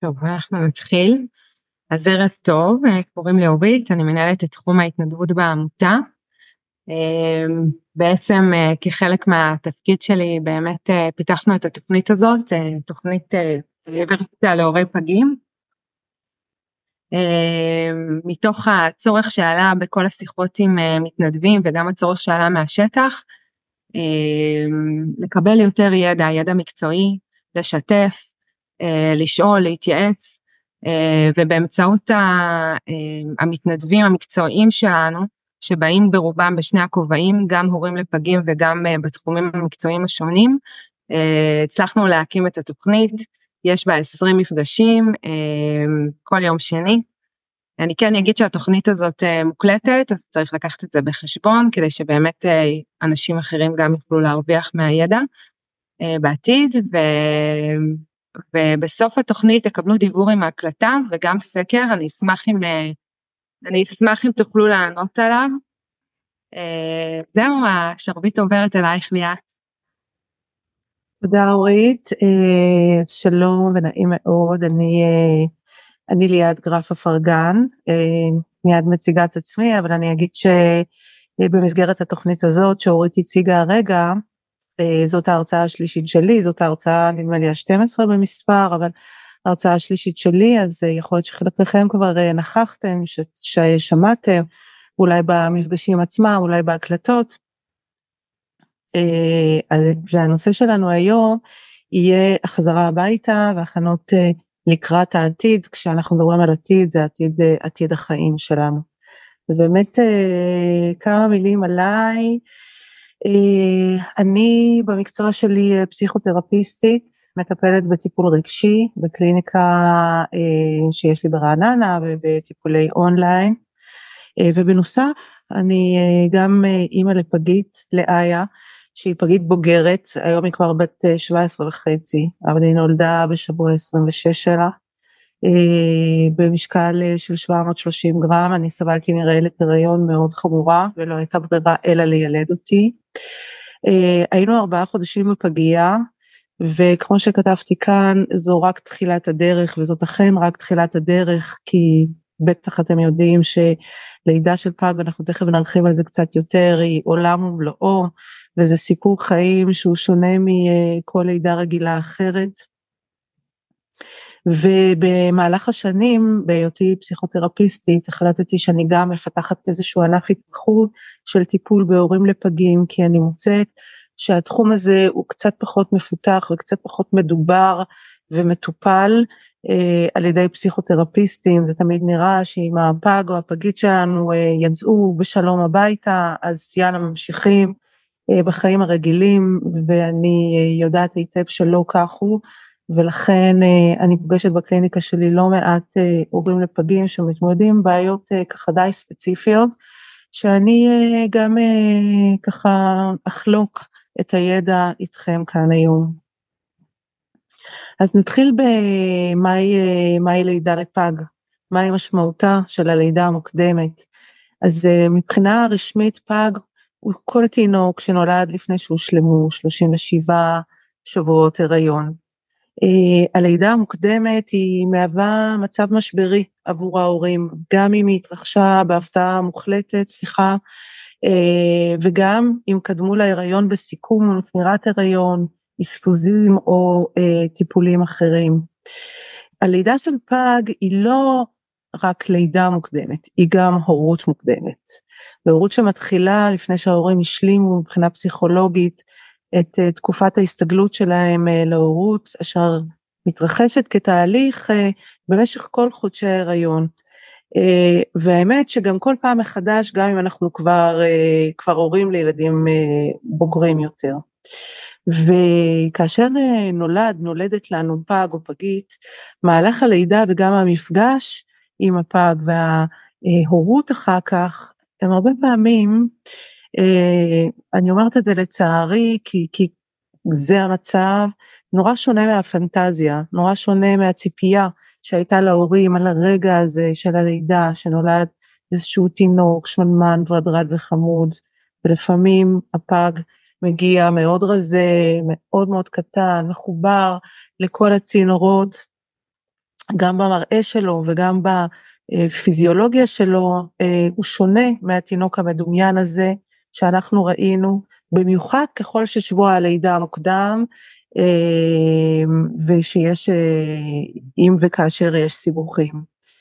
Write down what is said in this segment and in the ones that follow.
טוב, אנחנו נתחיל. אז ערב טוב, קוראים לי אורית, אני מנהלת את תחום ההתנדבות בעמותה. בעצם כחלק מהתפקיד שלי באמת פיתחנו את התוכנית הזאת, תוכנית ורטה להורי פגים. מתוך הצורך שעלה בכל השיחות עם מתנדבים וגם הצורך שעלה מהשטח, לקבל יותר ידע מקצועי, לשתף, לשאול, להתייעץ, ובאמצעות המתנדבים המקצועיים שלנו, שבאים ברובם בשני הכובעים, גם הורים לפגים וגם בתחומים המקצועיים השונים, הצלחנו להקים את התוכנית, יש בה 20 מפגשים, כל יום שני. אני כן אגיד שהתוכנית הזאת מוקלטת, אז צריך לקחת את זה בחשבון, כדי שבאמת אנשים אחרים גם יוכלו להרוויח מהידע בעתיד, ובסוף התוכנית תקבלו דיבור עם ההקלטה, וגם סקר, אני אשמח אם תוכלו לענות עליו. זהו, השרביט עוברת אלייך ליאת. תודה אורית, שלום ונעים מאוד, אני ליאת גרף אפרגן, מיד מציגה את עצמי, אבל אני אגיד שבמסגרת התוכנית הזאת שאורית הציגה הרגע, זאת ההרצאה השלישית שלי, זאת ההרצאה נדמה לי ה-12 במספר, אבל ההרצאה השלישית שלי, אז יכול להיות שחלקכם כבר נכחתם, ששמעתם, אולי במפגשים עצמם, אולי בהקלטות, והנושא שלנו היום יהיה החזרה הביתה והכנות לקראת העתיד. כשאנחנו מדברים על עתיד, זה עתיד החיים שלנו. אז באמת כמה מילים עליי. אני במקצוע שלי פסיכותרפיסטית, מטפלת בטיפול רגשי, בקליניקה שיש לי ברעננה ובטיפולי אונליין, ובנוסף אני גם אימא לפגית, לאיה, שהיא פגית בוגרת, היום היא כבר בת 17 וחצי, אבל היא נולדה בשבוע 26 שלה, במשקל של 730 גרם, אני סבלתי מרעלת הריון מאוד חמורה, ולא הייתה ברירה אלא לילד אותי. היינו 4 חודשים בפגייה, וכמו שכתבתי כאן, זו רק תחילת הדרך, וזאת אכן רק תחילת הדרך, כי בטח אתם יודעים שלידה של פג, אנחנו תכף נרחיב על זה קצת יותר, היא עולם ומלואו, וזה סיפור חיים שהוא שונה מכל לידה רגילה אחרת. ובמהלך השנים, בהיותי פסיכותרפיסטית, החלטתי שאני גם מפתחת איזשהו ענף התמחות של טיפול בהורים לפגים, כי אני מוצאת שהתחום הזה הוא קצת פחות מפותח וקצת פחות מדובר ומטופל על ידי פסיכותרפיסטים. זה תמיד נראה שאם הפג או הפגית שלנו יצאו בשלום הביתה, אז יאללה ממשיכים בחיים הרגילים, ואני יודעת היטב שלא כך הוא, ולכן אני פוגשת בקליניקה שלי לא מעט הורים לפגים שמתמודדים עם בעיות ככה די ספציפיות, שאני גם ככה אחלוק את הידע איתכם כאן היום. אז נתחיל במהי לידה לפג, מהי משמעותה של הלידה המוקדמת. אז מבחינה רשמית פג הוא כל תינוק שנולד לפני שהושלמו 37 שבועות הריון. הלידה המוקדמת היא מהווה מצב משברי עבור ההורים, גם אם היא התרחשה בהפתעה מוחלטת, וגם אם קדמו להיריון בסיכום או לשמירת הריון, אשפוזים או טיפולים אחרים. הלידה של פג היא לא רק לידה מוקדמת, היא גם הורות מוקדמת. והורות שמתחילה לפני שההורים השלימו מבחינה פסיכולוגית את תקופת ההסתגלות שלהם להורות, אשר מתרחשת כתהליך במשך כל חודשי ההיריון. והאמת שגם כל פעם מחדש, גם אם אנחנו כבר הורים לילדים בוגרים יותר. וכאשר נולדת לנו פג או פגית, מהלך הלידה וגם המפגש עם הפג וההורות אחר כך, הם הרבה פעמים, אני אומרת את זה לצערי, כי זה המצב, נורא שונה מהפנטזיה, נורא שונה מהציפייה שהייתה להורים על הרגע הזה של הלידה, שנולד איזשהו תינוק, שמנמן ורדרד וחמוד, ולפעמים הפג מגיע מאוד רזה, מאוד מאוד קטן, מחובר לכל הצינורות, גם במראה שלו וגם בפיזיולוגיה שלו, הוא שונה מהתינוק המדומיין הזה שאנחנו ראינו, במיוחד ככל ששבוע הלידה מוקדם, ושיש, אם וכאשר יש סיבוכים.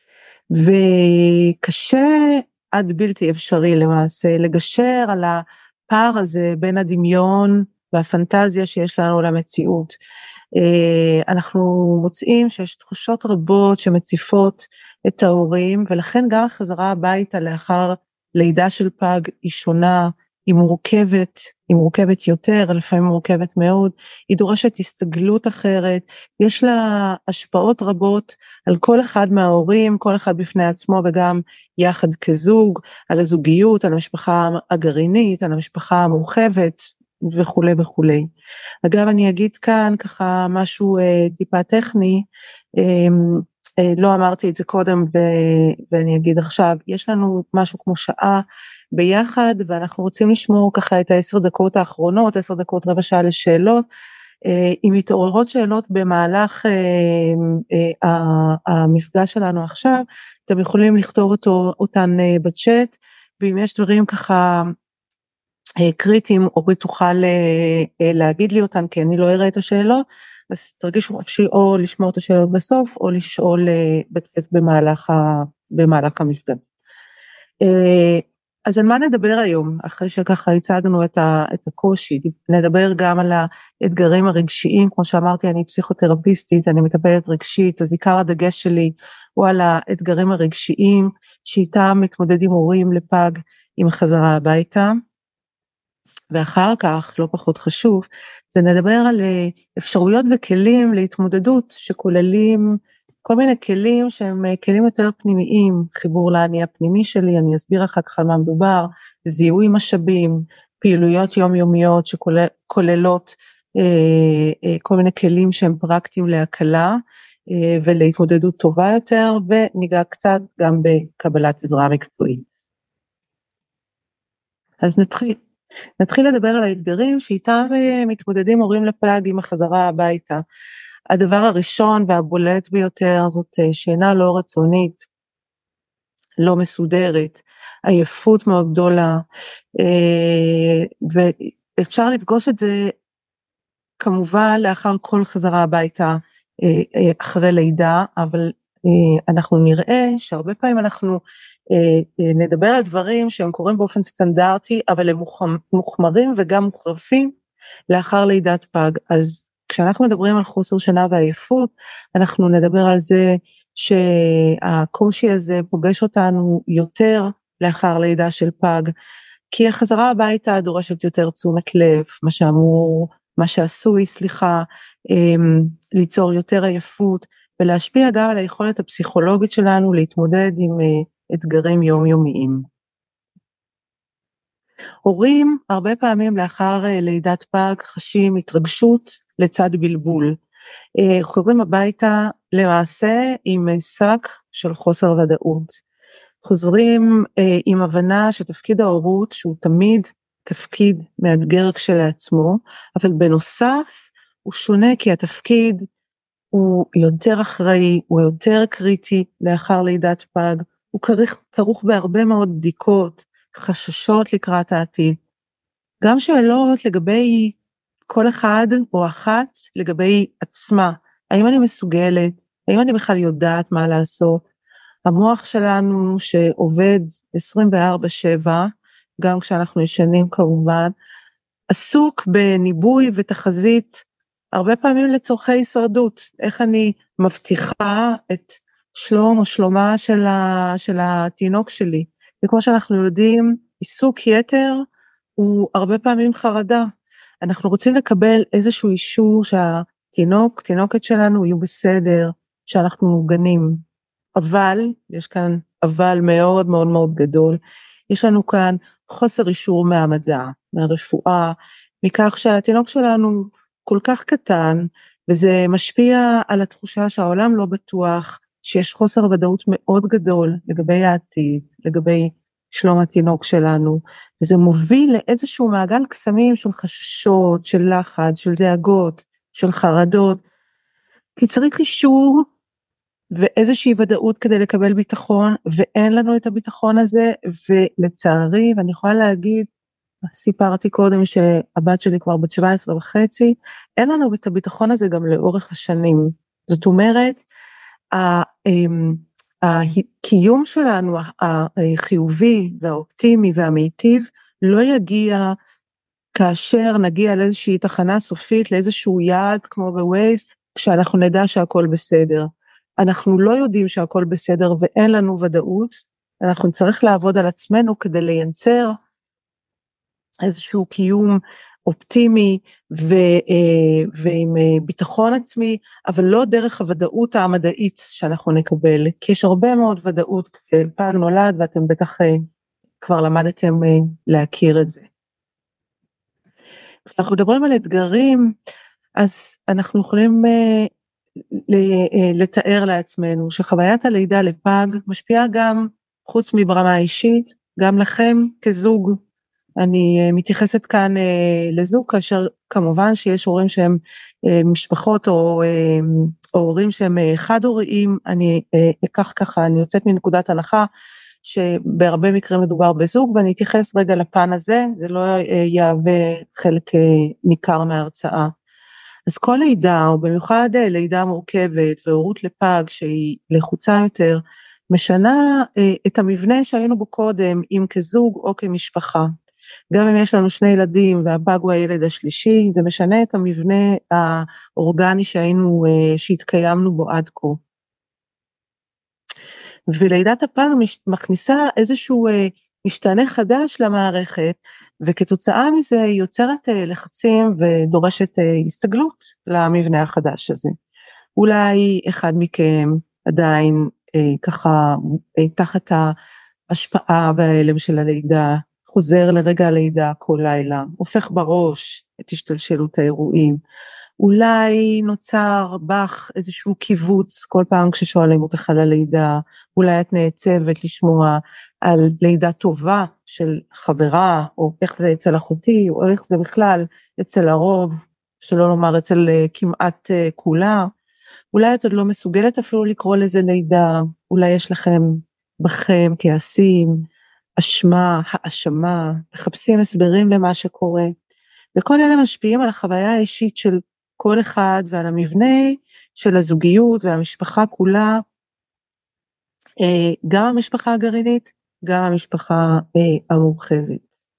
וקשה עד בלתי אפשרי למעשה לגשר על הפער הזה בין הדמיון והפנטזיה שיש לנו למציאות. אנחנו מוצאים שיש תחושות רבות שמציפות את ההורים, ולכן גם החזרה הביתה לאחר לידה של פג היא שונה, היא מורכבת יותר, לפעמים מורכבת מאוד, היא דורשת הסתגלות אחרת, יש לה השפעות רבות על כל אחד מההורים, כל אחד בפני עצמו וגם יחד כזוג, על הזוגיות, על המשפחה הגרעינית, על המשפחה המורחבת וכו' וכו'. אגב, אני אגיד כאן ככה משהו טיפה טכני, לא אמרתי את זה קודם ואני אגיד עכשיו, יש לנו משהו כמו שעה ביחד, ואנחנו רוצים לשמור ככה את 10 דקות האחרונות, 10 דקות רבע שעה לשאלות, אם מתעוררות שאלות במהלך המפגש שלנו עכשיו, אתם יכולים לכתוב אותן בצ'אט, ואם יש דברים ככה קריטיים, אורית תוכל להגיד לי אותן, כי אני לא אראה את השאלות, אז תרגישו חופשי או לשמור את השאלות בסוף, או לשאול בצ'אט במהלך המפגש. אז על מה נדבר היום, אחרי שככה הצגנו את הקושי, נדבר גם על האתגרים הרגשיים, כמו שאמרתי, אני פסיכותרפיסטית, אני מטפלת רגשית, אז עיקר הדגש שלי הוא על האתגרים הרגשיים, שאיתם מתמודדים הורים לפג עם החזרה הביתה, ואחר כך, לא פחות חשוב, זה נדבר על אפשרויות וכלים להתמודדות, שכוללים כל מיני כלים שהם כלים יותר פנימיים, חיבור לאני הפנימי שלי, אני אסביר אחר כך על מה מדובר, זיהוי משאבים, פעילויות יומיומיות שכוללות כל מיני כלים שהם פרקטיים להקלה ולהתמודדות טובה יותר, וניגע קצת גם בקבלת עזרה מקצועית. אז נתחיל לדבר על האתגרים שאיתם מתמודדים הורים לפג עם החזרה הביתה. הדבר הראשון והבולט ביותר זאת שינה לא רצונית, לא מסודרת, עייפות מאוד גדולה, ואפשר לפגוש את זה כמובן לאחר כל חזרה הביתה אחרי לידה, אבל אנחנו נראה שהרבה פעמים אנחנו נדבר על דברים שהם קורים באופן סטנדרטי, אבל הם מוחמרים וגם מוחרפים לאחר לידת פג. אז כשאנחנו מדברים על חוסר שינה ועייפות, אנחנו נדבר על זה שהקושי הזה פוגש אותנו יותר לאחר לידה של פג, כי החזרה הביתה דורשת יותר תשומת לב, מה שעשוי, ליצור יותר עייפות, ולהשפיע גם על היכולת הפסיכולוגית שלנו להתמודד עם אתגרים יומיומיים. הורים הרבה פעמים לאחר לידת פג חשים התרגשות לצד בלבול, חוזרים הביתה למעשה עם שק של חוסר ודאות, חוזרים עם הבנה שתפקיד ההורות שהוא תמיד תפקיד מאתגר כשלעצמו, אבל בנוסף הוא שונה כי התפקיד הוא יותר אחראי, הוא יותר קריטי לאחר לידת פג, הוא כרוך בהרבה מאוד בדיקות, חששות לקראת העתיד, גם שאלות לגבי כל אחד או אחת לגבי עצמה, האם אני מסוגלת, האם אני בכלל יודעת מה לעשות, המוח שלנו שעובד 24/7, גם כשאנחנו ישנים כמובן, עסוק בניבוי ותחזית, הרבה פעמים לצורכי הישרדות, איך אני מבטיחה את שלום או שלומה של התינוק שלי, וכמו שאנחנו יודעים, עיסוק יתר הוא הרבה פעמים חרדה, אנחנו רוצים לקבל איזשהו אישור תינוקת שלנו יהיו בסדר, שאנחנו מוגנים, אבל, יש כאן אבל מאוד מאוד מאוד גדול, יש לנו כאן חוסר אישור מהמדע, מהרפואה, מכך שהתינוק שלנו כל כך קטן, וזה משפיע על התחושה שהעולם לא בטוח, שיש חוסר ודאות מאוד גדול לגבי העתיד, לגבי שלום התינוק שלנו, וזה מוביל לאיזשהו מעגל קסמים של חששות, של לחץ, של דאגות, של חרדות, כי צריך אישור ואיזושהי ודאות כדי לקבל ביטחון, ואין לנו את הביטחון הזה, ולצערי, ואני יכולה להגיד, סיפרתי קודם שהבת שלי כבר בת 17.5, אין לנו את הביטחון הזה גם לאורך השנים. זאת אומרת, הקיום שלנו החיובי והאופטימי והמיטיב לא יגיע כאשר נגיע לאיזושהי תחנה סופית, לאיזשהו יעד כמו בווייז, כשאנחנו נדע שהכל בסדר. אנחנו לא יודעים שהכל בסדר ואין לנו ודאות, אנחנו נצטרך לעבוד על עצמנו כדי לייצר איזשהו קיום אופטימי ועם ביטחון עצמי, אבל לא דרך הוודאות המדעית שאנחנו נקבל, כי יש הרבה מאוד ודאות כשפג נולד, ואתם בטח כבר למדתם להכיר את זה. כשאנחנו מדברים על אתגרים, אז אנחנו יכולים לתאר לעצמנו שחוויית הלידה לפג משפיעה גם, חוץ מברמה האישית, גם לכם כזוג. אני מתייחסת כאן לזוג, כאשר כמובן שיש הורים שהם משפחות או הורים שהם חד הוריים, אני אקח ככה, אני יוצאת מנקודת הנחה, שבהרבה מקרים מדובר בזוג, ואני אתייחס רגע לפן הזה, זה לא יהווה חלק ניכר מההרצאה. אז כל לידה, או במיוחד לידה מורכבת, והורות לפג שהיא לחוצה יותר, משנה את המבנה שהיינו בו קודם, אם כזוג או כמשפחה. גם אם יש לנו 2 ילדים, והפג הוא הילד השלישי, זה משנה את המבנה האורגני שהתקיימנו בו עד כה. ולידת הפג מכניסה איזשהו משתנה חדש למערכת, וכתוצאה מזה היא יוצרת לחצים ודורשת הסתגלות למבנה החדש הזה. אולי אחד מכם עדיין ככה תחת ההשפעה וההלם של הלידה, חוזר לרגע הלידה כל לילה, הופך בראש את השתלשלות האירועים, אולי נוצר בך איזשהו קיבוץ כל פעם כששואלים אותך על הלידה, אולי את נעצבת לשמוע על לידה טובה של חברה, או איך זה אצל אחותי, או איך זה בכלל אצל הרוב, שלא לומר אצל כמעט כולה, אולי את עוד לא מסוגלת אפילו לקרוא לזה לידה, אולי יש לכם בכם כעסים, אשמה, האשמה, מחפשים הסברים למה שקורה, וכל אלה משפיעים על החוויה האישית של כל אחד, ועל המבנה של הזוגיות והמשפחה כולה, גם המשפחה הגרעינית, גם המשפחה המורחבת.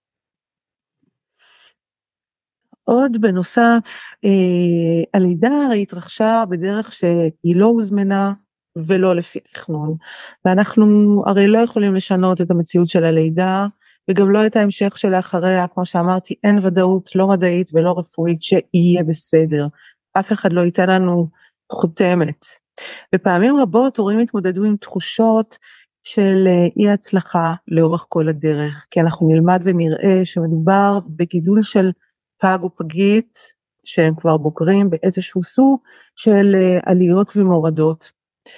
עוד בנוסף, הלידה התרחשה בדרך שהיא לא הוזמנה ולא לפי תכנון, ואנחנו הרי לא יכולים לשנות את המציאות של הלידה, וגם לא את ההמשך של האחריה, כמו שאמרתי, אין ודאות לא מדעית ולא רפואית שיהיה בסדר, אף אחד לא ייתן לנו חותמת, ופעמים רבות הורים התמודדו עם תחושות של אי הצלחה לאורך כל הדרך, כי אנחנו נלמד ונראה שמדובר בגידול של פג או פגית, שהם כבר בוגרים באיזשהו סוג של עליות ומורדות,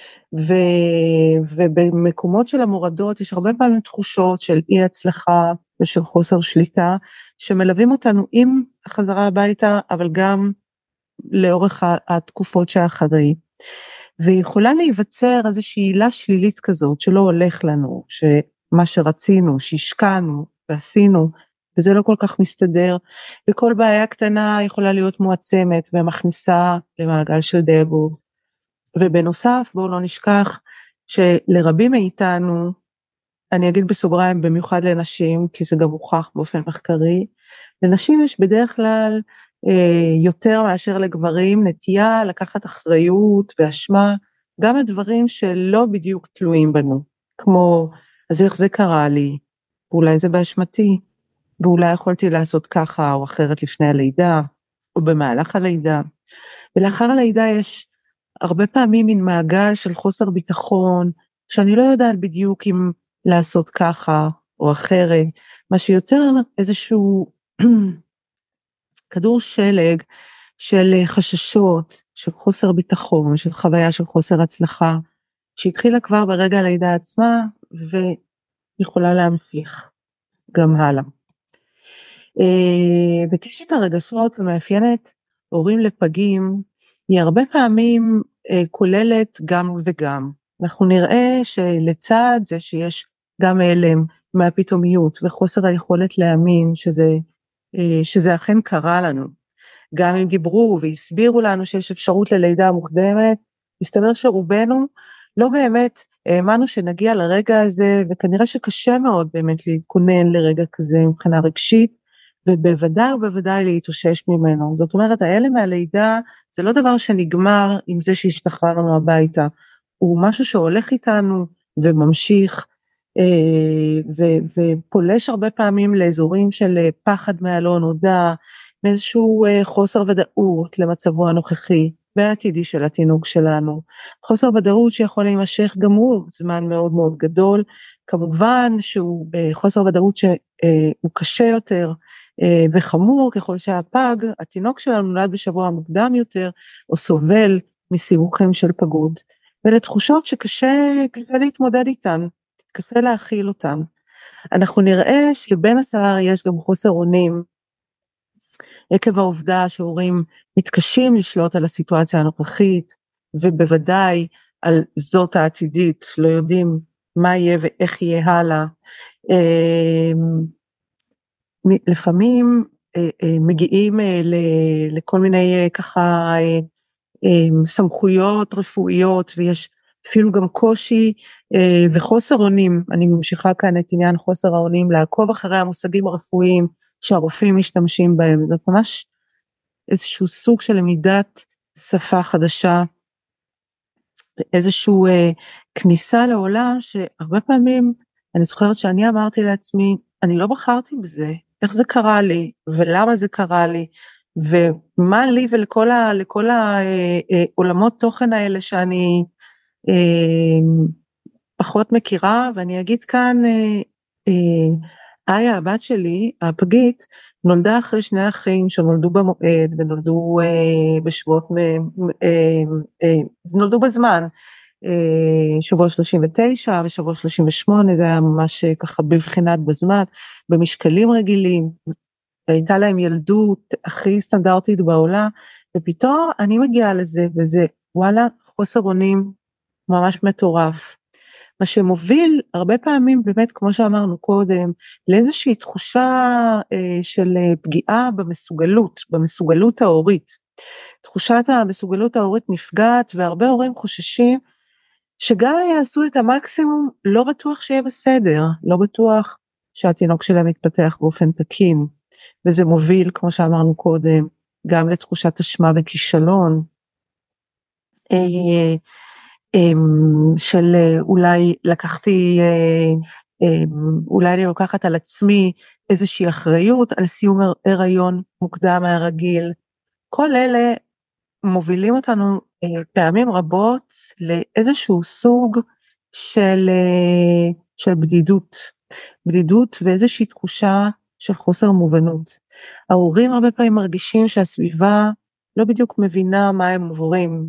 ובמקומות של המורדות יש הרבה פעמים תחושות של אי הצלחה ושל חוסר שליטה, שמלווים אותנו עם החזרה הביתה, אבל גם לאורך התקופות שאחרי, ויכולה להיווצר איזושהי עילה שלילית כזאת, שלא הולך לנו, שמה שרצינו, שהשקענו ועשינו, וזה לא כל כך מסתדר, וכל בעיה קטנה יכולה להיות מועצמת, ומכניסה למעגל של דאגות, ובנוסף בואו לא נשכח, שלרבים מאיתנו, אני אגיד בסוגריים במיוחד לנשים, כי זה גם מוכח באופן מחקרי, לנשים יש בדרך כלל יותר מאשר לגברים, נטייה לקחת אחריות ואשמה, גם הדברים שלא בדיוק תלויים בנו, כמו, אז איך זה קרה לי, ואולי זה באשמתי, ואולי יכולתי לעשות ככה או אחרת לפני הלידה, או במהלך הלידה, ולאחר הלידה יש הרבה פעמים מין מעגל של חוסר ביטחון, שאני לא יודעת בדיוק אם לעשות ככה או אחרת, מה שיוצר איזשהו כדור שלג של חששות, של חוסר ביטחון, של חוויה של חוסר הצלחה, שהתחילה כבר ברגע הלידה עצמה, ויכולה להמשיך גם הלאה. וקשת הרגשות המאפיינת הורים לפגים, היא הרבה פעמים כוללת גם וגם. אנחנו נראה שלצד זה שיש גם הלם מהפתאומיות וחוסר היכולת להאמין שזה אכן קרה לנו. גם אם דיברו והסבירו לנו שיש אפשרות ללידה מוקדמת, הסתבר שרובנו לא באמת האמנו שנגיע לרגע הזה, וכנראה שקשה מאוד באמת להתכונן לרגע כזה מבחינה רגשית, ובוודאי ובוודאי להתאושש ממנו. זאת אומרת, ההלם מהלידה זה לא דבר שנגמר עם זה שהשתחררנו הביתה, הוא משהו שהולך איתנו וממשיך, ופולש הרבה פעמים לאזורים של פחד מהלא נודע, מאיזשהו חוסר ודאות למצבו הנוכחי והעתידי של התינוק שלנו, חוסר ודאות שיכול להימשך גם הוא זמן מאוד מאוד גדול, כמובן שהוא חוסר ודאות שהוא קשה יותר וחמור ככל שהפג, התינוק שלנו נולד בשבוע מוקדם יותר, או סובל מסיבוכים של פגות, ולתחושות שקשה להתמודד איתן, קשה להכיל אותן. אנחנו נראה שבין השאר יש גם חוסר אונים, עקב העובדה שהורים מתקשים לשלוט על הסיטואציה הנוכחית, ובוודאי על זאת העתידית, לא יודעים מה יהיה ואיך יהיה הלאה. לפעמים מגיעים לכל מיני ככה סמכויות רפואיות, ויש אפילו גם קושי וחוסר אונים. אני ממשיכה כאן את עניין חוסר האונים, לעקוב אחרי המושגים הרפואיים שהרופאים משתמשים בהם. זה ממש איזשהו סוג של למידת שפה חדשה, איזשהו כניסה לעולם שהרבה פעמים אני זוכרת שאני אמרתי לעצמי, אני לא בחרתי בזה, איך זה קרה לי ולמה זה קרה לי, ומה לי ולכל העולמות תוכן האלה שאני פחות מכירה. ואני אגיד כאן, איה הבת שלי הפגית נולדה אחרי שני אחים שנולדו במועד ונולדו בשבועות, נולדו בזמן, שבוע 39 ושבוע 38, זה היה ממש ככה בבחינת בזמן, במשקלים רגילים, הייתה להם ילדות הכי סטנדרטית בעולם, ופתאום אני מגיעה לזה, וזה וואלה חוסר אונים ממש מטורף, מה שמוביל הרבה פעמים באמת כמו שאמרנו קודם, לאיזושהי תחושה של פגיעה במסוגלות ההורית, תחושת המסוגלות ההורית נפגעת, והרבה הורים חוששים, שגם יעשו את המקסימום, לא בטוח שיהיה בסדר, לא בטוח שהתינוק שלהם יתפתח באופן תקין, וזה מוביל, כמו שאמרנו קודם, גם לתחושת אשמה וכישלון, של אולי אולי אני לוקחת על עצמי איזושהי אחריות, על סיום הריון מוקדם מהרגיל, כל אלה מובילים אותנו פעמים רבות לאיזשהו סוג של בדידות ואיזושהי תחושה של חוסר מובנות. ההורים הרבה פעמים מרגישים שהסביבה לא בדיוק מבינה מה הם עוברים.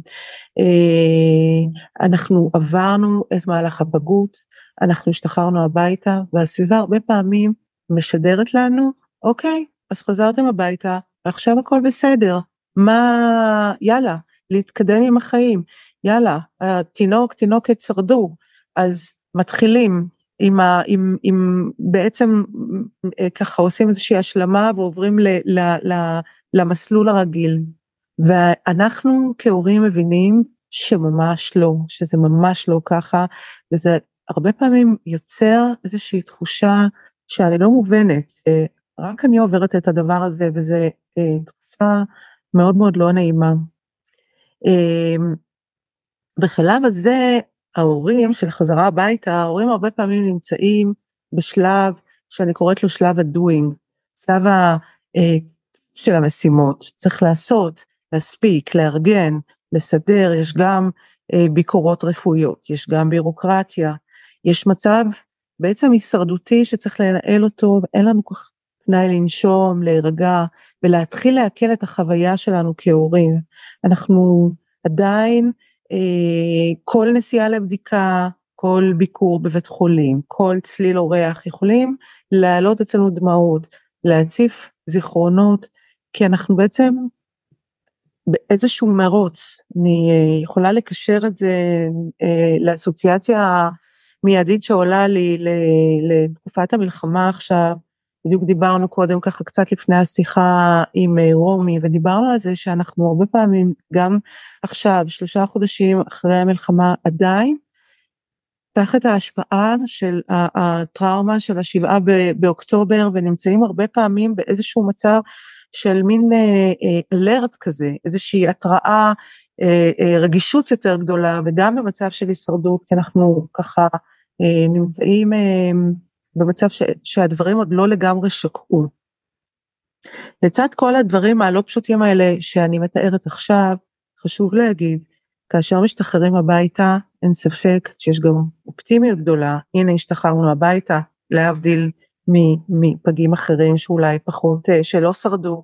אנחנו עברנו את מהלך הפגות, אנחנו השתחררנו הביתה, והסביבה הרבה פעמים משדרת לנו, אוקיי, אז חזרתם הביתה, ועכשיו הכל בסדר, יאללה, להתקדם עם החיים, יאללה, תינוקת שרדו, אז מתחילים עם בעצם ככה עושים איזושהי השלמה, ועוברים למסלול הרגיל, ואנחנו כהורים מבינים שממש לא, שזה ממש לא ככה, וזה הרבה פעמים יוצר איזושהי תחושה שאני לא מובנת, רק אני עוברת את הדבר הזה, וזה תחושה מאוד מאוד לא נעימה. בחלב הזה, ההורים של חזרה הביתה, ההורים הרבה פעמים נמצאים בשלב, שאני קוראת לו שלב הדוינג, שלב של המשימות, צריך לעשות, להספיק, לארגן, לסדר, יש גם ביקורות רפואיות, יש גם בירוקרטיה, יש מצב בעצם הישרדותי שצריך לנהל אותו, ואין לנו כך פנאי לנשום, להירגע, ולהתחיל להקל את החוויה שלנו כהורים. אנחנו עדיין, כל נסיעה לבדיקה, כל ביקור בבית חולים, כל צליל אורח, יכולים להעלות אצלנו דמעות, להציף זיכרונות, כי אנחנו בעצם באיזשהו מרוץ. אני יכולה לקשר את זה לאסוציאציה מיידית שעולה לי לתקופת המלחמה עכשיו. בדיוק דיברנו קודם ככה קצת לפני השיחה עם רומי, ודיברנו על זה שאנחנו הרבה פעמים גם עכשיו 3 חודשים אחרי המלחמה עדיין תחת ההשפעה של הטראומה של ה7 באוקטובר, ונמצאים הרבה פעמים באיזשהו מצב של מין אלרט כזה, איזושהי התראה, רגישות יותר גדולה, וגם במצב של הישרדות, כי אנחנו ככה נמצאים במצב שהדברים עוד לא לגמרי שקעו. לצד כל הדברים הלא פשוטים האלה שאני מתארת עכשיו, חשוב להגיד, כאשר משתחררים הביתה, אין ספק שיש גם אופטימיות גדולה, הנה השתחררנו הביתה, להבדיל מפגים אחרים שאולי פחות, שלא שרדו.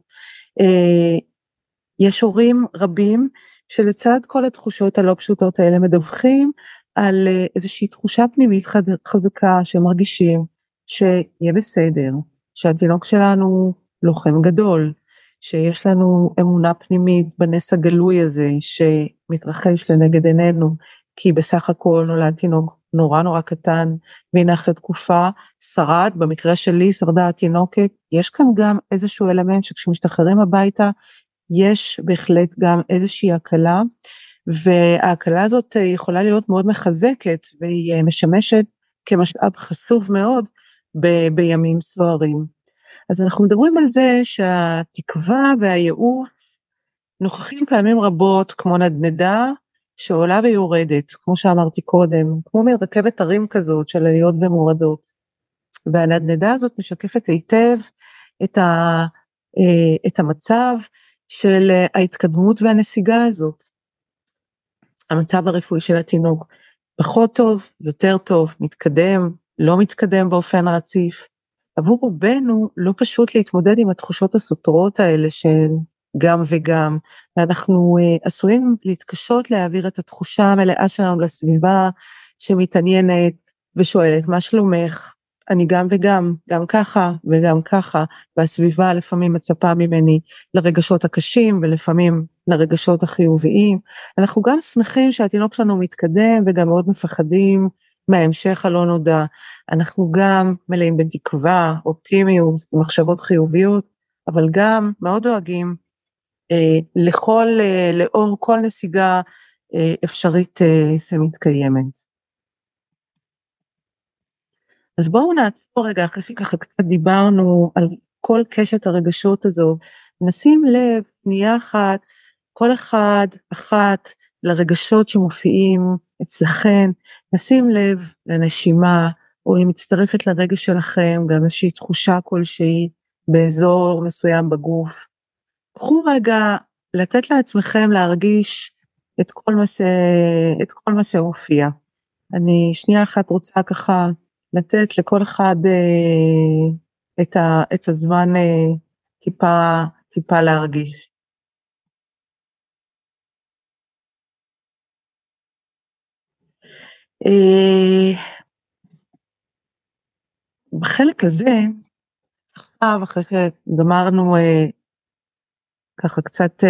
יש הורים רבים שלצד כל התחושות הלא פשוטות האלה מדווחים על איזושהי תחושה פנימית חזקה שמרגישים שיהיה בסדר, שהתינוק שלנו לוחם גדול, שיש לנו אמונה פנימית בנס הגלוי הזה שמתרחש לנגד עינינו, כי בסך הכל נולד תינוק נורא נורא קטן, והנה אחרי תקופה שרד, במקרה שלי שרדה התינוקת. יש כאן גם איזשהו אלמנט שכשמשתחררים הביתה, יש בהחלט גם איזושהי הקלה, וההקלה הזאת יכולה להיות מאוד מחזקת, והיא משמשת כמשאב חשוב מאוד בימים סוערים. אז אנחנו מדברים על זה שהתקווה והייאוש נוכחים פעמים רבות כמו נדנדה שעולה ויורדת, כמו שאמרתי קודם, כמו מרכבת הרים כזאת של עליות ומורדות. והנדנדה הזאת משקפת היטב את המצב של ההתקדמות והנסיגה הזאת. המצב הרפואי של התינוק פחות טוב, יותר טוב, מתקדם, לא מתקדם באופן רציף. עבור רובנו לא פשוט להתמודד עם התחושות הסותרות האלה של גם וגם, ואנחנו עשויים להתקשות להעביר את התחושה המלאה שלנו לסביבה שמתעניינת ושואלת מה שלומך, אני גם וגם, גם ככה וגם ככה, והסביבה לפעמים מצפה ממני לרגשות הקשים ולפעמים לרגשות החיוביים. אנחנו גם שמחים שהתינוק שלנו מתקדם וגם מאוד מפחדים מההמשך הלא נודע. אנחנו גם מלאים בתקווה, אופטימיות, מחשבות חיוביות, אבל גם מאוד דואגים לאור כל נסיגה אפשרית שמתקיימת. אז בואו נעצור רגע, אחרי שככה קצת דיברנו על כל קשת הרגשות הזו, נשים לב פנייה אחת, כל אחת לרגשות שמופיעים אצלכם, נשים לב לנשימה, או היא מצטרפת לרגש שלכם, גם איזושהי תחושה כלשהי באזור מסוים בגוף. קחו רגע לתת לעצמכם להרגיש את כל מה שמופיע. אני שנייה אחת רוצה ככה לתת לכל אחד את הזמן טיפה להרגיש. בחלק הזה, אחרי שגמרנו ככה קצת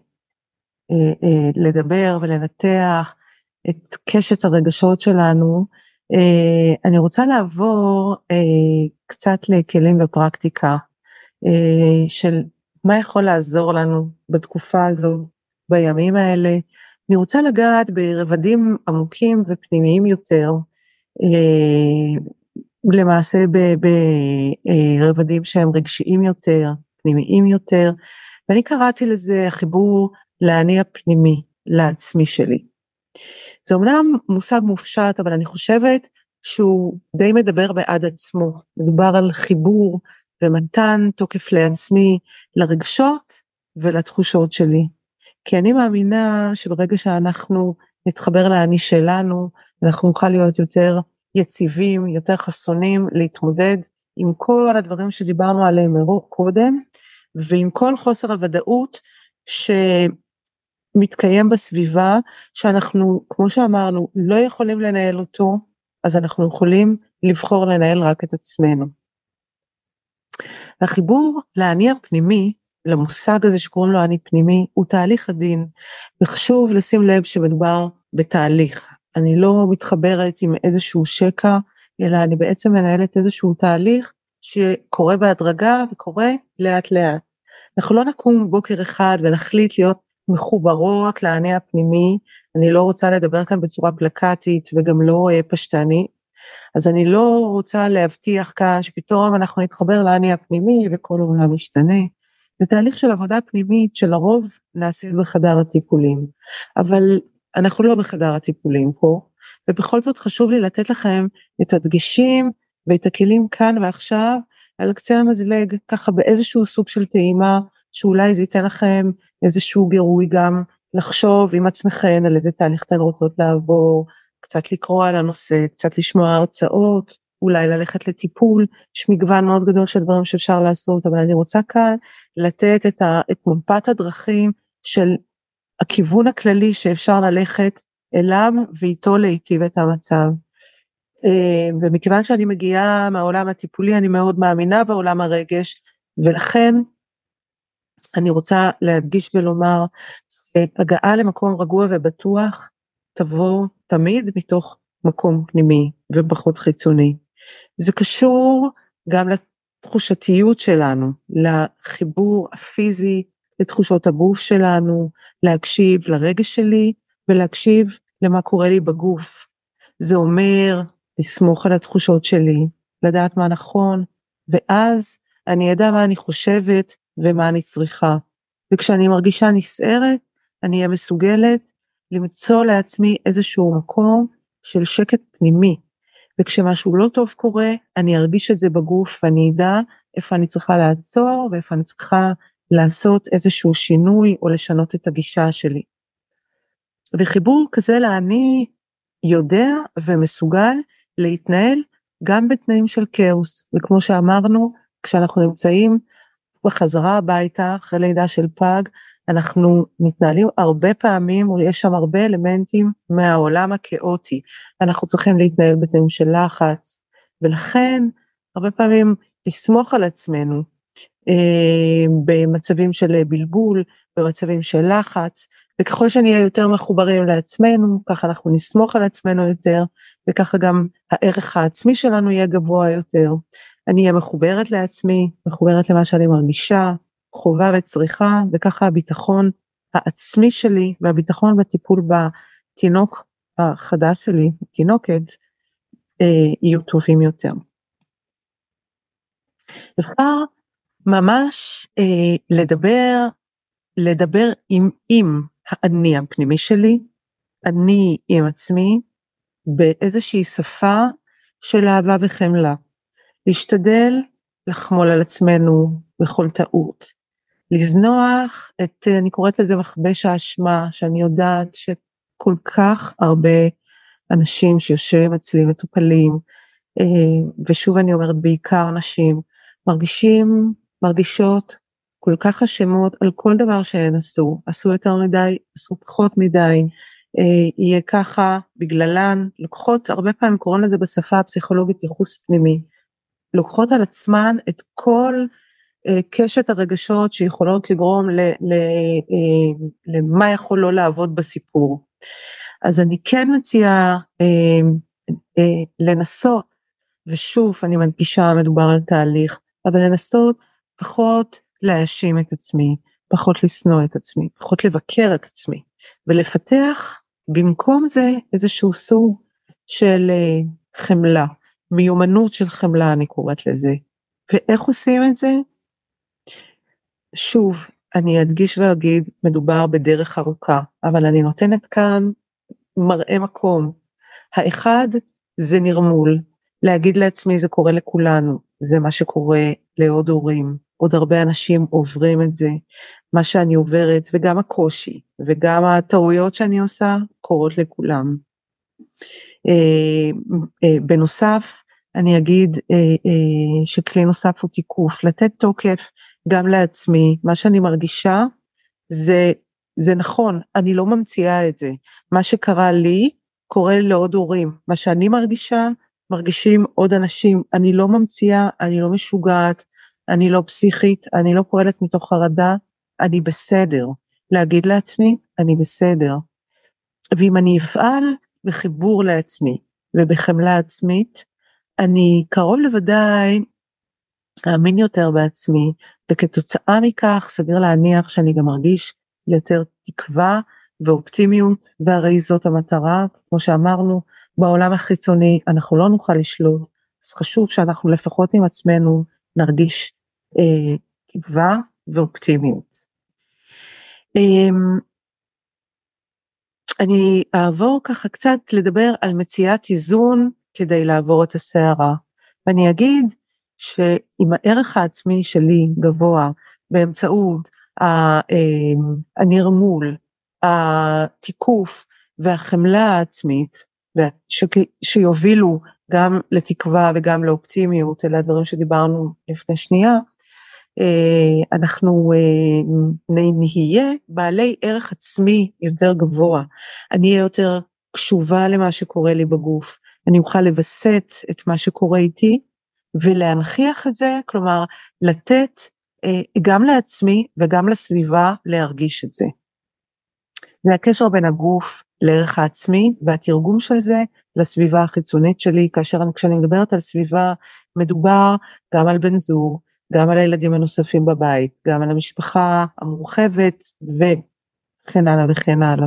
לדבר ולנתח את קשת הרגשות שלנו, אני רוצה לעבור קצת לכלים ופרקטיקה של מה יכול לעזור לנו בתקופה הזו, בימים האלה. אני רוצה לגעת ברבדים עמוקים ופנימיים יותר, למעשה ברבדים שהם רגשיים יותר, פנימיים יותר, ואני קראתי לזה החיבור לאני הפנימי, לעצמי שלי. זה אומנם מושג מופשט, אבל אני חושבת שהוא די מדבר בעד עצמו. מדובר על חיבור ומתן תוקף לעצמי, לרגשות ולתחושות שלי. כי אני מאמינה שברגע שאנחנו נתחבר לאני שלנו, אנחנו נוכל להיות יותר יציבים, יותר חסונים, להתמודד עם כל הדברים שדיברנו עליהם קודם, ועם כל חוסר הוודאות מתקיים בסביבה, שאנחנו, כמו שאמרנו, לא יכולים לנהל אותו, אז אנחנו יכולים לבחור לנהל רק את עצמנו. החיבור לאני הפנימי למושג הזה שקוראים לו אני פנימי, הוא תהליך עדין, וחשוב לשים לב שמדובר בתהליך, אני לא מתחברת עם איזשהו שקע, אלא אני בעצם מנהלת איזשהו תהליך, שקורה בהדרגה וקורה לאט לאט, אנחנו לא נקום בוקר אחד ונחליט להיות מחוברות לעני הפנימי, אני לא רוצה לדבר כאן בצורה פלקטית וגם לא פשטנית, אז אני לא רוצה להבטיח כאן שפתאום אנחנו נתחבר לעני הפנימי וכל העולם משתנה, זה תהליך של עבודה פנימית שלרוב נעשית בחדר הטיפולים, אבל אנחנו לא בחדר הטיפולים פה, ובכל זאת חשוב לי לתת לכם את הדגשים ואת הכלים כאן ועכשיו, על קצה המזלג, ככה באיזשהו סוג של טעימה, שאולי זה ייתן לכם איזשהו גירוי גם לחשוב עם עצמכם על איזה תהליך אתן רוצות לעבור, קצת לקרוא על הנושא, קצת לשמוע הרצאות, אולי ללכת לטיפול, יש מגוון מאוד גדול של דברים שאפשר לעשות, אבל אני רוצה כאן לתת את מפת הדרכים של הכיוון הכללי שאפשר ללכת אליו ואיתו להיטיב את המצב. ומכיוון שאני מגיעה מהעולם הטיפולי, אני מאוד מאמינה בעולם הרגש, ולכן אני רוצה להדגיש ולומר, הגעה למקום רגוע ובטוח, תבוא תמיד מתוך מקום פנימי ופחות חיצוני. זה קשור גם לתחושתיות שלנו, לחיבור הפיזי, לתחושות הגוף שלנו, להקשיב לרגש שלי, ולהקשיב למה קורה לי בגוף. זה אומר לסמוך על התחושות שלי, לדעת מה נכון, ואז אני אדע מה אני חושבת ומה אני צריכה. וכשאני מרגישה נסערת, אני אהיה מסוגלת למצוא לעצמי איזשהו מקום של שקט פנימי. וכשמשהו לא טוב קורה, אני ארגיש את זה בגוף, ואני אדע איפה אני צריכה לעצור, ואיפה אני צריכה לעשות איזשהו שינוי, או לשנות את הגישה שלי. וחיבור כזה לאני יודע ומסוגל להתנהל גם בתנאים של כאוס, וכמו שאמרנו, כשאנחנו נמצאים בחזרה הביתה, אחרי לידה של פג, אנחנו מתנהלים הרבה פעמים, יש שם הרבה אלמנטים מהעולם הכאוטי, אנחנו צריכים להתנהל בתנאים של לחץ, ולכן הרבה פעמים לסמוך על עצמנו, במצבים של בלבול, במצבים של לחץ, וככל שנהיה יותר מחוברים לעצמנו, ככה אנחנו נסמוך על עצמנו יותר, וככה גם הערך העצמי שלנו יהיה גבוה יותר, אני אהיה מחוברת לעצמי, מחוברת למה שאני מרגישה, חובה וצריכה, וככה הביטחון העצמי שלי, והביטחון בטיפול בתינוק החדש שלי, תינוקת, יהיו טובים יותר. אפשר ממש לדבר עם האני הפנימי שלי, אני עם עצמי, באיזושהי שפה של אהבה וחמלה. להשתדל לחמול על עצמנו בכל טעות. לזנוח אני קוראת לזה מכבש האשמה, שאני יודעת שכל כך הרבה אנשים שיושבים אצלי מטופלים, ושוב אני אומרת בעיקר נשים, מרגישות כל כך אשמות על כל דבר שהן עשו יותר מדי, עשו פחות מדי, יהיה ככה בגללן, לוקחות, הרבה פעמים קוראים לזה בשפה הפסיכולוגית ייחוס פנימי, לוקחות על עצמן את כל קשת הרגשות שיכולות לגרום למה יכול לא לעבוד בסיפור. אז אני כן מציעה לנסות, ושוב אני מדגישה מדובר על תהליך, אבל לנסות פחות להאשים את עצמי, פחות לשנוא את עצמי, פחות לבקר את עצמי, ולפתח במקום זה איזשהו סוג של חמלה, מיומנות של חמלה אני קוראת לזה. ואיך עושים את זה? שוב, אני אדגיש ואגיד, מדובר בדרך ארוכה, אבל אני נותנת כאן מראה מקום. האחד זה נרמול, להגיד לעצמי זה קורה לכולנו, זה מה שקורה לעוד הורים, עוד הרבה אנשים עוברים את זה, מה שאני עוברת וגם הקושי וגם הטעויות שאני עושה קורות לכולם. בנוסף אני אגיד שכלי נוסף הוא תיקוף, לתת תוקף גם לעצמי, מה שאני מרגישה זה נכון, אני לא ממציאה את זה, מה שקרה לי קורה לעוד הורים, מה שאני מרגישה מרגישים עוד אנשים, אני לא ממציאה, אני לא משוגעת, אני לא פסיכית, אני לא פועלת מתוך חרדה, אני בסדר. להגיד לעצמי, אני בסדר. ואם אני אפעל בחיבור לעצמי ובחמלה עצמית, אני קרוב לוודאי להאמין יותר בעצמי, וכתוצאה מכך סביר להניח שאני גם מרגיש יותר תקווה ואופטימיות, והרי זאת המטרה, כמו שאמרנו, בעולם החיצוני אנחנו לא נוכל לשלוט, אז חשוב שאנחנו לפחות עם עצמנו נרגיש תקווה ואופטימיות. אני אעבור ככה קצת לדבר על מציאת איזון כדי לעבור את הסערה, ואני אגיד שאם הערך העצמי שלי גבוה באמצעות הנרמול, התיקוף והחמלה העצמית, שיובילו גם לתקווה וגם לאופטימיות, אלה הדברים שדיברנו לפני שנייה, אנחנו נהיה בעלי ערך עצמי יותר גבוה, אני אהיה יותר קשובה למה שקורה לי בגוף, אני אוכל לבסט את מה שקורה איתי, ולהנכיח את זה, כלומר לתת גם לעצמי וגם לסביבה להרגיש את זה. זה הקשר בין הגוף לערך העצמי, והתרגום של זה לסביבה החיצונית שלי, כשאני מדברת על סביבה, מדובר גם על בן זוג, גם על הילדים הנוספים בבית, גם על המשפחה המורחבת, וכן הלאה וכן הלאה.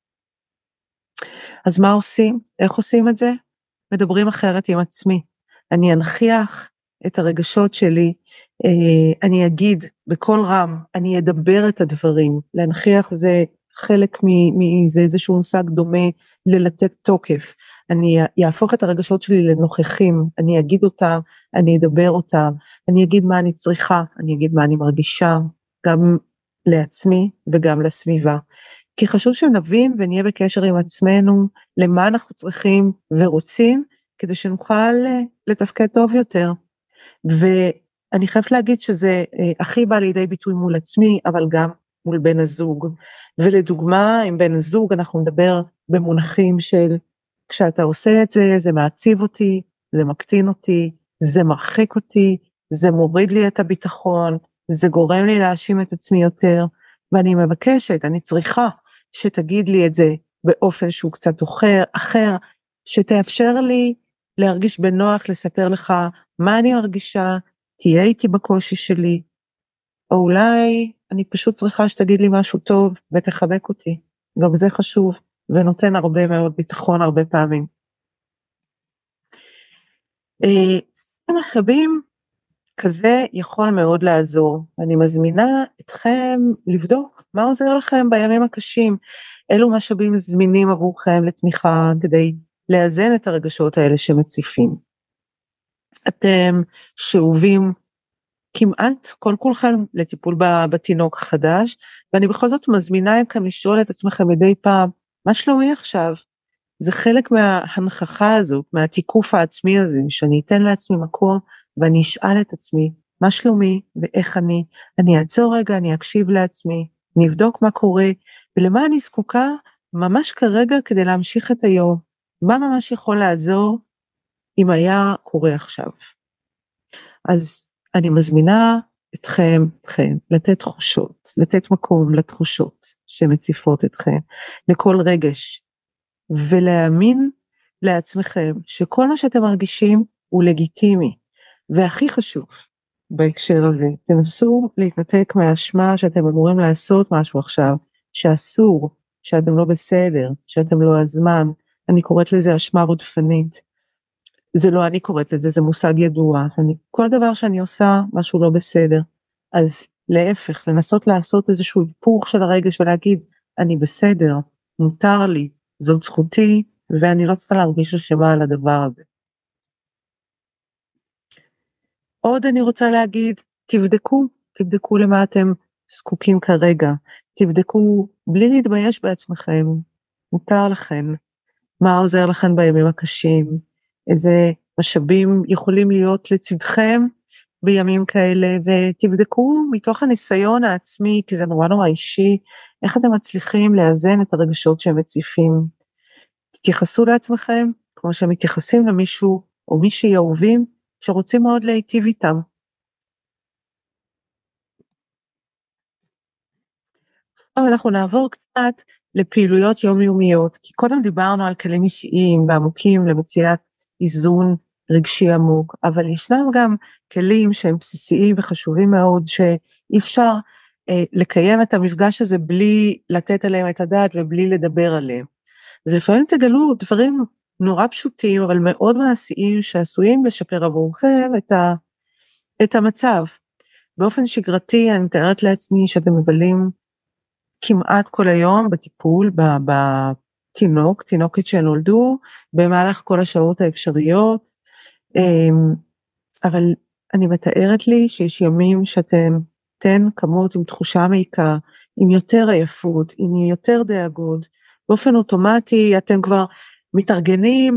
אז מה עושים? איך עושים את זה? מדברים אחרת עם עצמי. אני אנכיח את הרגשות שלי, אני אגיד בכל רם, אני אדבר את הדברים, להנכיח זה חלק זה איזשהו מושג דומה ללתת תוקף, אני יהפוך את הרגשות שלי לנוכחים, אני אגיד אותם, אני אדבר אותם, אני אגיד מה אני צריכה, אני אגיד מה אני מרגישה, גם לעצמי וגם לסביבה, כי חשוב שנבין ונהיה בקשר עם עצמנו, למה אנחנו צריכים ורוצים, כדי שנוכל לתפקד טוב יותר, ואני חייבת להגיד שזה הכי בא לידי ביטוי מול עצמי, אבל גם מול בן הזוג, ולדוגמה עם בן הזוג אנחנו נדבר במונחים של, כשאתה עושה את זה, זה מעציב אותי, זה מקטין אותי, זה מרחיק אותי, זה מוריד לי את הביטחון, זה גורם לי להאשים את עצמי יותר, ואני מבקשת, אני צריכה שתגיד לי את זה באופן שהוא קצת אחר, שתאפשר לי להרגיש בנוח לספר לך מה אני מרגישה, תהיה איתי בקושי שלי, או אולי אני פשוט צריכה שתגיד לי משהו טוב ותחבק אותי, גם זה חשוב ונותן הרבה מאוד ביטחון הרבה פעמים. משאבים כזה יכול מאוד לעזור, אני מזמינה אתכם לבדוק מה עוזר לכם בימים הקשים, אילו משאבים זמינים עבורכם לתמיכה כדי לאזן את הרגשות האלה שמציפים. אתם שאובים כמעט כל כולכם לטיפול בתינוק החדש, ואני בכל זאת מזמינה אתכם לשאול את עצמכם מדי פעם, מה שלומי עכשיו? זה חלק מההנכחה הזאת, מהתיקוף העצמי הזה, שאני אתן לעצמי מקום, ואני אשאל את עצמי, מה שלומי ואיך אני אעצור רגע, אני אקשיב לעצמי, אני אבדוק מה קורה, ולמה אני זקוקה ממש כרגע כדי להמשיך את היום, מה ממש יכול לעזור אם היה קורה עכשיו. אז אני מזמינה אתכם לתת תחושות, לתת מקום לתחושות שמציפות אתכם, לכל רגש, ולהאמין לעצמכם שכל מה שאתם מרגישים הוא לגיטימי, והכי חשוב בהקשר הזה, תנסו להתנתק מהאשמה שאתם אמורים לעשות משהו עכשיו, שאסור, שאתם לא בסדר, שאתם לא הזמן, אני קוראת לזה אשמה רודפנית, זה לא אני קוראת לזה, זה מושג ידוע, כל דבר שאני עושה משהו לא בסדר, אז להפך, לנסות לעשות איזשהו היפוך של הרגש ולהגיד, אני בסדר, מותר לי, זאת זכותי, ואני לא צריכה להרגיש אשמה על הדבר הזה. עוד אני רוצה להגיד, תבדקו למה אתם זקוקים כרגע, תבדקו בלי להתבייש בעצמכם, מותר לכם, מה עוזר לכם בימים הקשים, איזה משאבים יכולים להיות לצדכם בימים כאלה, ותבדקו מתוך הניסיון העצמי, כי זה נורא אישי, איך אתם מצליחים לאזן את הרגשות שהם מציפים. תתייחסו לעצמכם כמו שהם מתייחסים למישהו או מישהי אהובים שרוצים מאוד להיטיב איתם. אבל אנחנו נעבור קצת לפעילויות יומיומיות, כי קודם דיברנו על כלים אישיים ועמוקים למציאת איזון רגשי עמוק, אבל ישנם גם כלים שהם בסיסיים וחשובים מאוד, שאי אפשר לקיים את המפגש הזה בלי לתת עליהם את הדעת ובלי לדבר עליהם. אז לפעמים תגלו דברים נורא פשוטים, אבל מאוד מעשיים, שעשויים לשפר עבורכם את המצב. באופן שגרתי אני מתארת לעצמי שאתם מבלים כמעט כל היום בטיפול תינוקת שנולדו, במהלך כל השעות האפשריות, אבל אני מתארת לי שיש ימים שאתם קמות עם תחושה מעיקה, עם יותר עייפות, עם יותר דאגות, באופן אוטומטי אתם כבר מתארגנים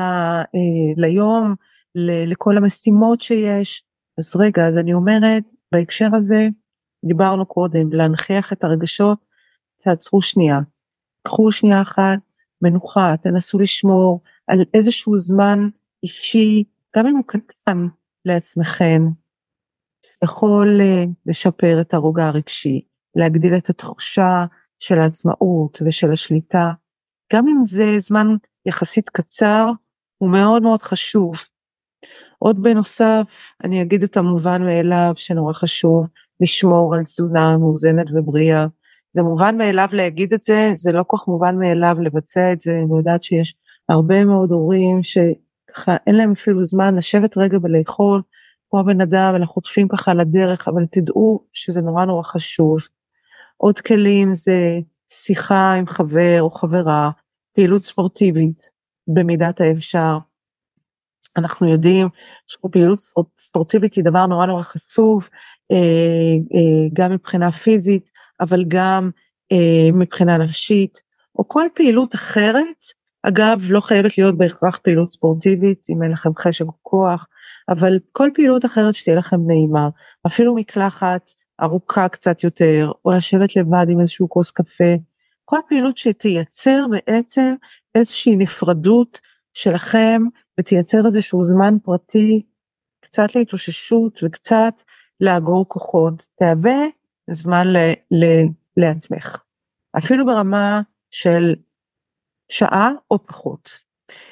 ליום, לכל המשימות שיש. אז רגע, אז אני אומרת, בהקשר הזה, דיברנו קודם, להנכיח את הרגשות, תעצרו שנייה, קחו שנייה אחת, מנוחה, תנסו לשמור על איזשהו זמן אישי, גם אם הוא קטן לעצמכם, יכול לשפר את הרוגע הרגשי, להגדיל את התחושה של העצמאות ושל השליטה, גם אם זה זמן יחסית קצר, הוא מאוד מאוד חשוב. עוד בנוסף, אני אגיד את המובן מאליו שנורא חשוב, לשמור על תזונה מאוזנת ובריאה. זה מובן מאליו להגיד את זה, זה לא כל כך מובן מאליו לבצע את זה. אני יודעת שיש הרבה מאוד הורים שככה אין להם אפילו זמן לשבת רגע ולאכול, כמו בן אדם, אנחנו חוטפים ככה לדרך, אבל תדעו שזה נורא נורא חשוב. עוד כלים זה שיחה עם חבר או חברה, פעילות ספורטיבית במידת האפשר. אנחנו יודעים שפעילות ספורטיבית היא דבר נורא נורא חשוב, גם מבחינה פיזית, אבל גם מבחינה נפשית, או כל פעילות אחרת. אגב, לא חייבת להיות בהכרח פעילות ספורטיבית, אם אין לכם חשק או כוח, אבל כל פעילות אחרת שתהיה לכם נעימה, אפילו מקלחת ארוכה קצת יותר, או לשבת לבד עם איזשהו כוס קפה, כל פעילות שתייצר בעצם איזושהי נפרדות שלכם, ותייצר איזשהו זמן פרטי, קצת להתאוששות וקצת לאגור כוחות, תהווה זמן לעצמך, אפילו ברמה של שעה או פחות.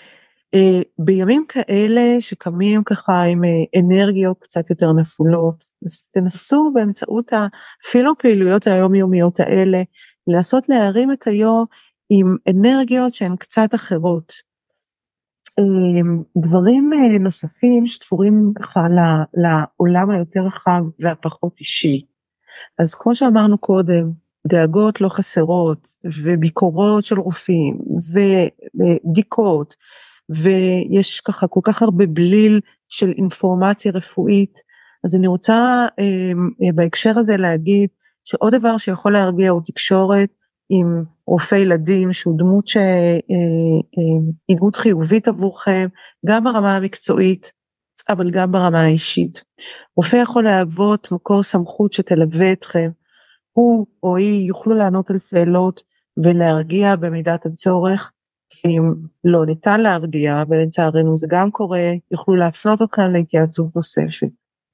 בימים כאלה שקמים ככה עם אנרגיות קצת יותר נפולות, אז תנסו באמצעות אפילו פעילויות היומיומיות האלה, לנסות להרים את היום עם אנרגיות שהן קצת אחרות. דברים נוספים שקשורים ככה לעולם היותר רחב והפחות אישי. אז כמו שאמרנו קודם, דאגות לא חסרות, וביקורות של רופאים, ובדיקות, ויש ככה כל כך הרבה בליל של אינפורמציה רפואית. אז אני רוצה בהקשר הזה להגיד, שעוד דבר שיכול להרגיע הוא תקשורת עם רופא ילדים, שהוא דמות שהיא דמות חיובית עבורכם, גם ברמה המקצועית, אבל גם ברמה האישית. רופא יכול להוות מקור סמכות שתלווה אתכם, הוא או היא יוכלו לענות על שאלות ולהרגיע במידת הצורך, אם לא ניתן להרגיע, ולצערנו זה גם קורה, יוכלו להפנות אותם להתייעצות נוספת.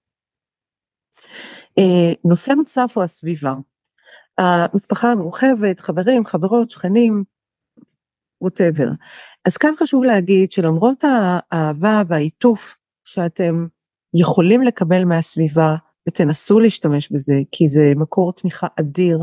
נושא נוסף הוא הסביבה. המשפחה המורחבת, חברים, חברות, שכנים, whatever. אז כאן חשוב להגיד שלמרות האהבה והעיטוף שאתם יכולים לקבל מהסביבה, ותנסו להשתמש בזה, כי זה מקור תמיכה אדיר.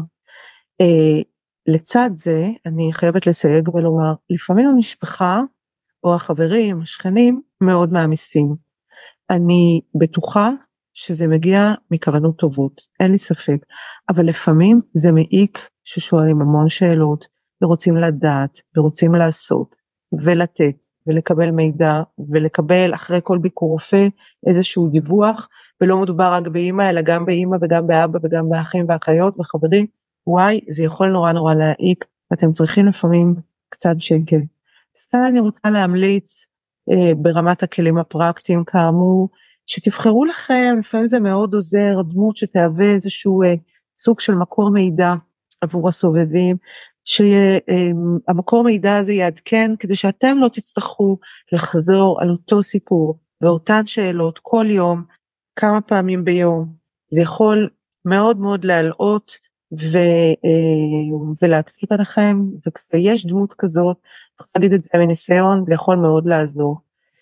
לצד זה, אני חייבת לסייג ולומר, לפעמים המשפחה, או החברים, השכנים, מאוד מעמיסים. אני בטוחה שזה מגיע מכוונות טובות, אין לי ספק, אבל לפעמים זה מעיק ששואלים המון שאלות, ורוצים לדעת, ורוצים לעשות, ולתת, ולקבל מידע, ולקבל אחרי כל ביקור רופא איזשהו דיווח, ולא מדובר רק באמא, אלא גם באמא וגם באבא וגם באחים ואחיות וחברים, וואי, זה יכול נורא נורא להעיק, ואתם צריכים לפעמים קצת שקל. סתם אני רוצה להמליץ ברמת הכלים הפרקטיים כאמור, שתבחרו לכם, לפעמים זה מאוד עוזר, דמות שתהווה איזשהו סוג של מקור מידע עבור הסובבים, שהמקור מידע הזה יעדכן, כדי שאתם לא תצטרכו לחזור על אותו סיפור, ואותן שאלות כל יום, כמה פעמים ביום. זה יכול מאוד מאוד להלאות ולהקפיד עליכם, ויש דמות כזאת, אני יכולה להגיד את זה מניסיון, זה יכול מאוד לעזור.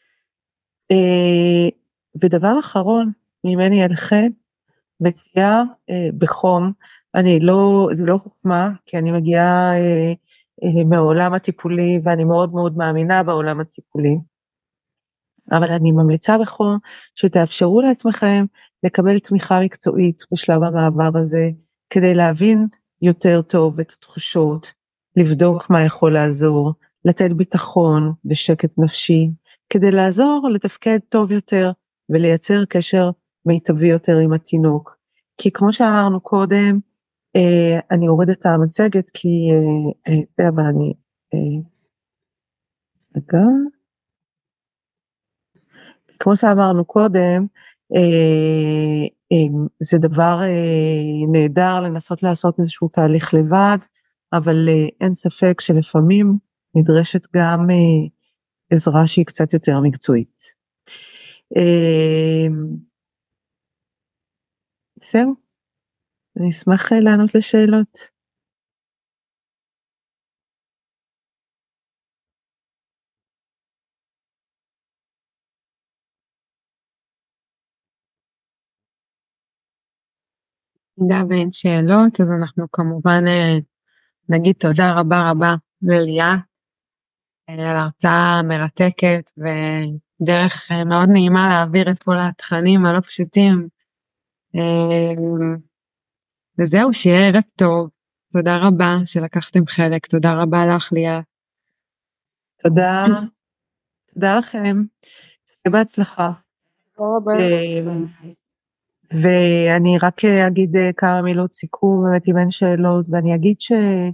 ודבר אחרון, ממני אליכם, מציעה בחום, זה לא חוכמה, כי אני מגיעה מהעולם הטיפולי, ואני מאוד מאוד מאמינה בעולם הטיפולי, אבל אני ממליצה בחום, שתאפשרו לעצמכם, לקבל תמיכה מקצועית בשלב המעבר הזה, כדי להבין יותר טוב את התחושות, לבדוק מה יכול לעזור, לתת ביטחון ושקט נפשי, כדי לעזור לתפקד טוב יותר, ולייצר קשר מיטבי יותר עם התינוק. כי כמו שאמרנו קודם, אני אוריד את המצגת, כי אבל אני רגע, כמו שאמרנו קודם, זה דבר נהדר לנסות לעשות איזשהו תהליך לבד, אבל אין ספק שלפעמים נדרשת גם עזרה שהיא קצת יותר מקצועית. זהו, אני אשמח לענות לשאלות. במידה ואין שאלות, אז אנחנו כמובן נגיד תודה רבה רבה לליאת, על ההרצאה המרתקת, ודרך מאוד נעימה להעביר את כל התכנים הלא פשוטים. וזהו, שיהיה ערב טוב. תודה רבה שלקחתם חלק, תודה רבה לך ליאת. תודה לכם, בהצלחה. ואני רק אגיד כמה מילות סיכום, באמת אם אין שאלות, ואני אגיד שאני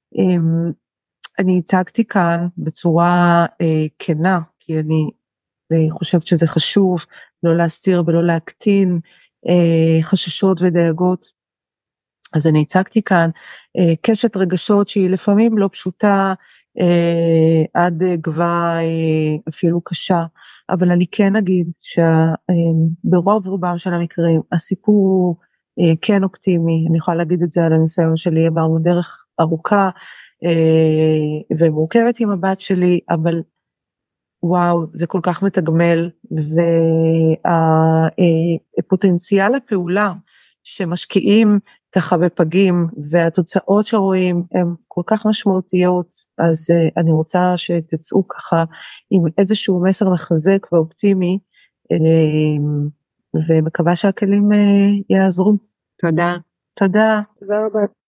הצגתי כאן בצורה כנה, כי אני חושבת שזה חשוב, לא להסתיר ולא להקטין חששות ודאגות, אז אני הצגתי כאן קשת רגשות שהיא לפעמים לא פשוטה, עד גבה אפילו קשה, אבל אני כן אגיד שברוב רובם של המקרים הסיפור כן אופטימי, אני יכולה להגיד את זה על הניסיון שלי, עברנו דרך ארוכה ומורכבת עם הבת שלי, אבל וואו, זה כל כך מתגמל, והפוטנציאל הפעולה שמשקיעים ככה בפגים, והתוצאות שרואים הן כל כך משמעותיות, אז אני רוצה שתצאו ככה עם איזשהו מסר מחזק ואופטימי, ומקווה שהכלים יעזרו. תודה. תודה. תודה רבה.